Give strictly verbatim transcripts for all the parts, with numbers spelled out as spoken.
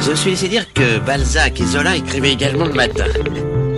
Je suis laissé dire que Balzac et Zola écrivaient également le matin. Allô ?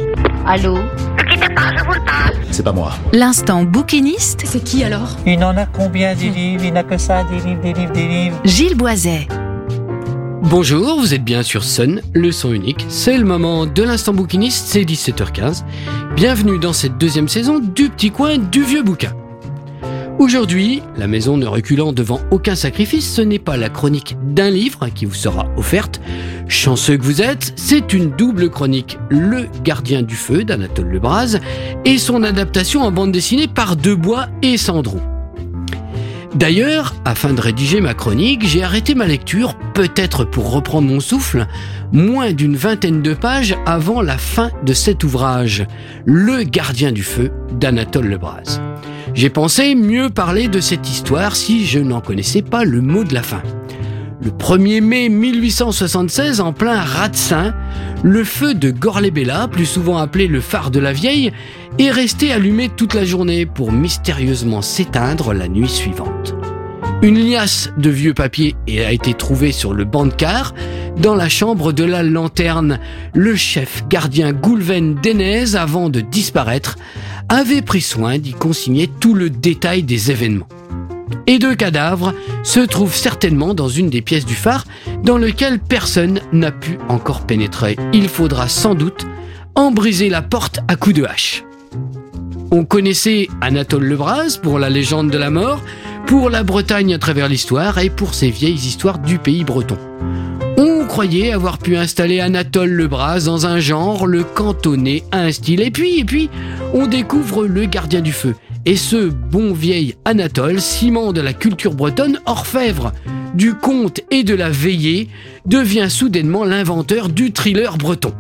C'est pas moi. L'instant bouquiniste. C'est qui alors ? Il en a combien des livres ? Il n'a que ça, des livres, des livres, des livres. Gilles Boiset. Bonjour, vous êtes bien sur Sun, le son unique. C'est le moment de l'instant bouquiniste, c'est dix-sept heures quinze. Bienvenue dans cette deuxième saison du petit coin du vieux bouquin. Aujourd'hui, la maison ne reculant devant aucun sacrifice, ce n'est pas la chronique d'un livre qui vous sera offerte. Chanceux que vous êtes, c'est une double chronique, Le Gardien du Feu d'Anatole Lebras et son adaptation en bande dessinée par Debois et Sandro. D'ailleurs, afin de rédiger ma chronique, j'ai arrêté ma lecture, peut-être pour reprendre mon souffle, moins d'une vingtaine de pages avant la fin de cet ouvrage, Le Gardien du Feu d'Anatole Lebras. J'ai pensé mieux parler de cette histoire si je n'en connaissais pas le mot de la fin. Le premier mai mille huit cent soixante-seize, en plein Ratsin, le feu de Gorlébella, plus souvent appelé le phare de la Vieille, est resté allumé toute la journée pour mystérieusement s'éteindre la nuit suivante. Une liasse de vieux papiers a été trouvée sur le banc de car, dans la chambre de la lanterne. Le chef gardien Goulven Denez, avant de disparaître, avait pris soin d'y consigner tout le détail des événements. Et deux cadavres se trouvent certainement dans une des pièces du phare dans lequel personne n'a pu encore pénétrer. Il faudra sans doute en briser la porte à coups de hache. On connaissait Anatole Lebras pour la légende de la mort, pour la Bretagne à travers l'histoire et pour ses vieilles histoires du pays breton. On croyait avoir pu installer Anatole Lebras dans un genre, le cantonner à un style. Et puis, et puis, on découvre Le Gardien du Feu. Et ce bon vieil Anatole, ciment de la culture bretonne, orfèvre du conte et de la veillée, devient soudainement l'inventeur du thriller breton.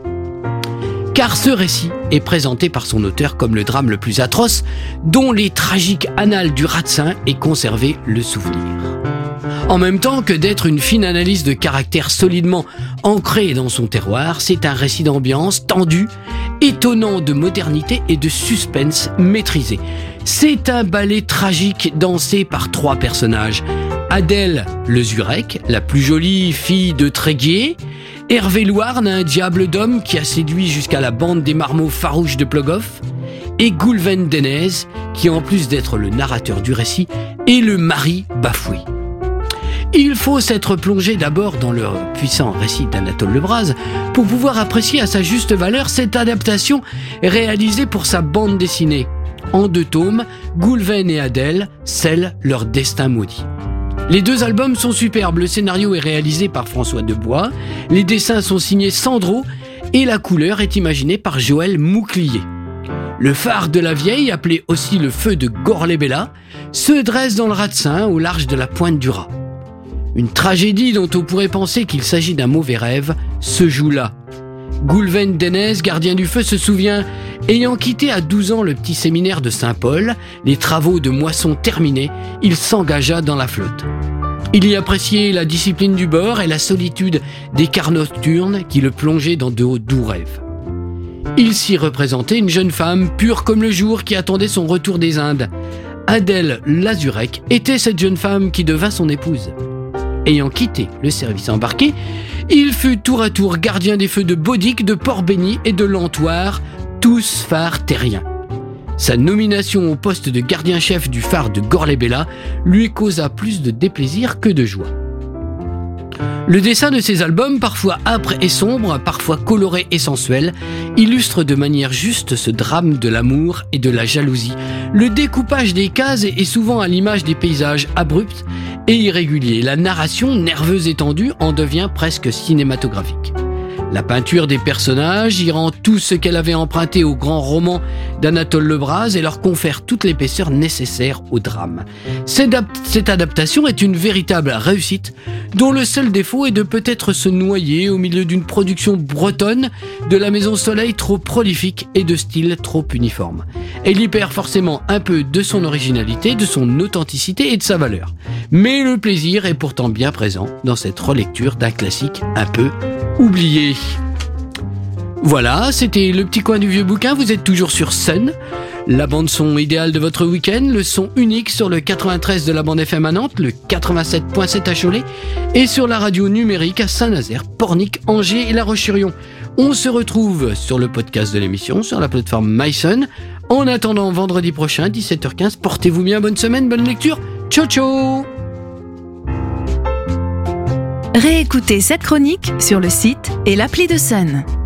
Car ce récit est présenté par son auteur comme le drame le plus atroce, dont les tragiques annales du Ratsin aient conservé le souvenir. En même temps que d'être une fine analyse de caractère solidement ancrée dans son terroir, c'est un récit d'ambiance tendu, étonnant de modernité et de suspense maîtrisé. C'est un ballet tragique dansé par trois personnages. Adèle Le Zurek, la plus jolie fille de Tréguier, Hervé Louarn, un diable d'homme qui a séduit jusqu'à la bande des marmots farouches de Plogoff, et Goulven Denez, qui en plus d'être le narrateur du récit, est le mari bafoué. Il faut s'être plongé d'abord dans le puissant récit d'Anatole Lebras pour pouvoir apprécier à sa juste valeur cette adaptation réalisée pour sa bande dessinée. En deux tomes, Goulven et Adèle scellent leur destin maudit. Les deux albums sont superbes, le scénario est réalisé par François Debois, les dessins sont signés Sandro et la couleur est imaginée par Joël Mouclier. Le phare de la Vieille, appelé aussi le feu de Gorlébella, se dresse dans le Ratsin au large de la pointe du Raz. Une tragédie dont on pourrait penser qu'il s'agit d'un mauvais rêve se joue là. Goulven Denez, gardien du feu, se souvient, ayant quitté à douze ans le petit séminaire de Saint-Paul, les travaux de moisson terminés, il s'engagea dans la flotte. Il y appréciait la discipline du bord et la solitude des quarts nocturnes qui le plongeaient dans de doux rêves. Il s'y représentait une jeune femme pure comme le jour qui attendait son retour des Indes. Adèle Lazurek était cette jeune femme qui devint son épouse. Ayant quitté le service embarqué, il fut tour à tour gardien des feux de Baudic, de Port-Béni et de Lentoire, tous phares terriens. Sa nomination au poste de gardien-chef du phare de Gorlébella lui causa plus de déplaisir que de joie. Le dessin de ces albums, parfois âpre et sombre, parfois coloré et sensuel, illustre de manière juste ce drame de l'amour et de la jalousie. Le découpage des cases est souvent à l'image des paysages abrupts et irréguliers. La narration, nerveuse et tendue, en devient presque cinématographique. La peinture des personnages y rend tout ce qu'elle avait emprunté au grand roman d'Anatole Lebras et leur confère toute l'épaisseur nécessaire au drame. Cette, cette adaptation est une véritable réussite dont le seul défaut est de peut-être se noyer au milieu d'une production bretonne de la Maison Soleil trop prolifique et de style trop uniforme. Elle y perd forcément un peu de son originalité, de son authenticité et de sa valeur. Mais le plaisir est pourtant bien présent dans cette relecture d'un classique un peu oublié. Voilà, c'était le petit coin du vieux bouquin, vous êtes toujours sur Sun, La bande son idéale de votre week-end, le son unique sur le quatre-vingt-treize de la bande F M à Nantes, le quatre-vingt-sept virgule sept à Cholet et sur la radio numérique à Saint-Nazaire, Pornic, Angers et La Roche-sur-Yon. On se retrouve sur le podcast de l'émission, sur la plateforme myson. En attendant vendredi prochain, dix-sept heures quinze, portez-vous bien, bonne semaine, bonne lecture. Ciao ciao. Réécoutez cette chronique sur le site et l'appli de Sun.